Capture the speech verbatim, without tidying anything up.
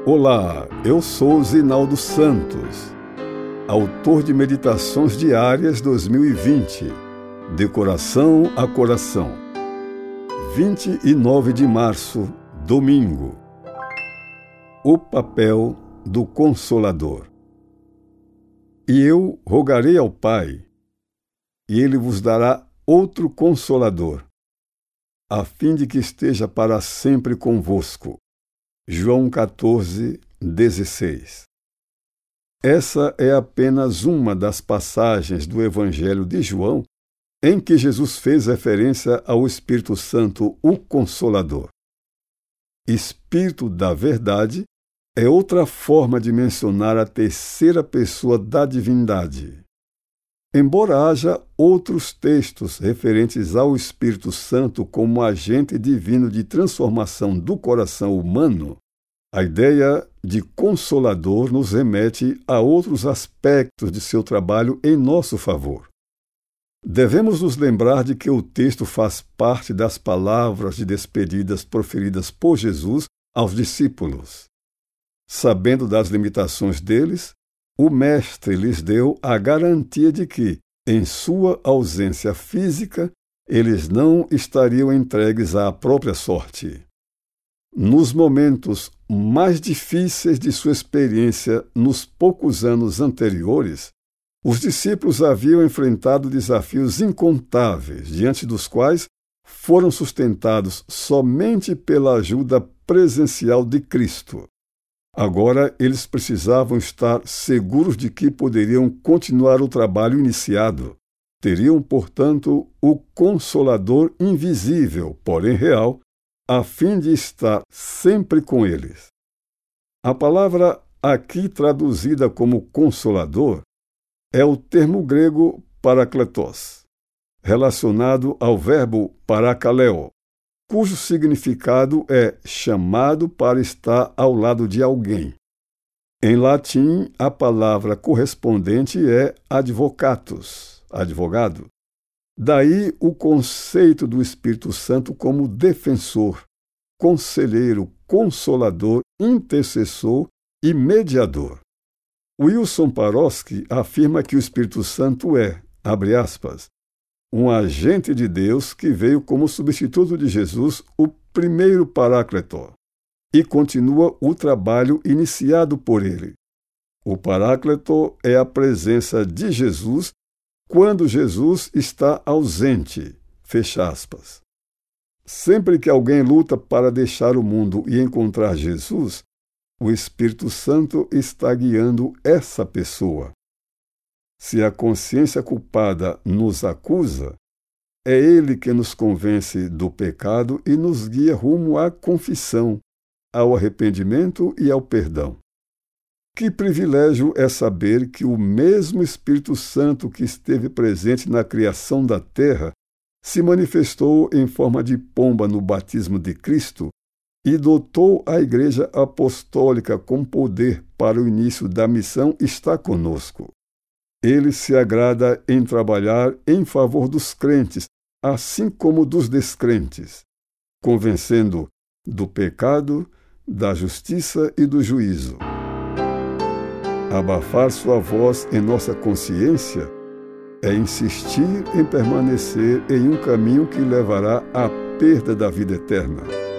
Olá, eu sou Zinaldo Santos, autor de Meditações Diárias dois mil e vinte, de coração a coração. vinte e nove de março, domingo. O papel do Consolador. E eu rogarei ao Pai, e Ele vos dará outro Consolador, a fim de que esteja para sempre convosco. João quatorze, dezesseis. Essa é apenas uma das passagens do Evangelho de João em que Jesus fez referência ao Espírito Santo, o Consolador. Espírito da Verdade é outra forma de mencionar a terceira pessoa da divindade. Embora haja outros textos referentes ao Espírito Santo como agente divino de transformação do coração humano, a ideia de Consolador nos remete a outros aspectos de seu trabalho em nosso favor. Devemos nos lembrar de que o texto faz parte das palavras de despedidas proferidas por Jesus aos discípulos. Sabendo das limitações deles, o Mestre lhes deu a garantia de que, em sua ausência física, eles não estariam entregues à própria sorte. Nos momentos mais difíceis de sua experiência nos poucos anos anteriores, os discípulos haviam enfrentado desafios incontáveis, diante dos quais foram sustentados somente pela ajuda presencial de Cristo. Agora, eles precisavam estar seguros de que poderiam continuar o trabalho iniciado. Teriam, portanto, o Consolador invisível, porém real, a fim de estar sempre com eles. A palavra aqui traduzida como Consolador é o termo grego parakletos, relacionado ao verbo parakaleo, cujo significado é chamado para estar ao lado de alguém. Em latim, a palavra correspondente é advocatus, advogado. Daí o conceito do Espírito Santo como defensor, conselheiro, consolador, intercessor e mediador. Wilson Paroski afirma que o Espírito Santo é, abre aspas, um agente de Deus que veio como substituto de Jesus, o primeiro Paráclito, e continua o trabalho iniciado por ele. O Paráclito é a presença de Jesus quando Jesus está ausente, fecha aspas. Sempre que alguém luta para deixar o mundo e encontrar Jesus, o Espírito Santo está guiando essa pessoa. Se a consciência culpada nos acusa, é Ele que nos convence do pecado e nos guia rumo à confissão, ao arrependimento e ao perdão. Que privilégio é saber que o mesmo Espírito Santo que esteve presente na criação da terra se manifestou em forma de pomba no batismo de Cristo e dotou a Igreja Apostólica com poder para o início da missão está conosco. Ele se agrada em trabalhar em favor dos crentes, assim como dos descrentes, convencendo do pecado, da justiça e do juízo. Abafar sua voz em nossa consciência é insistir em permanecer em um caminho que levará à perda da vida eterna.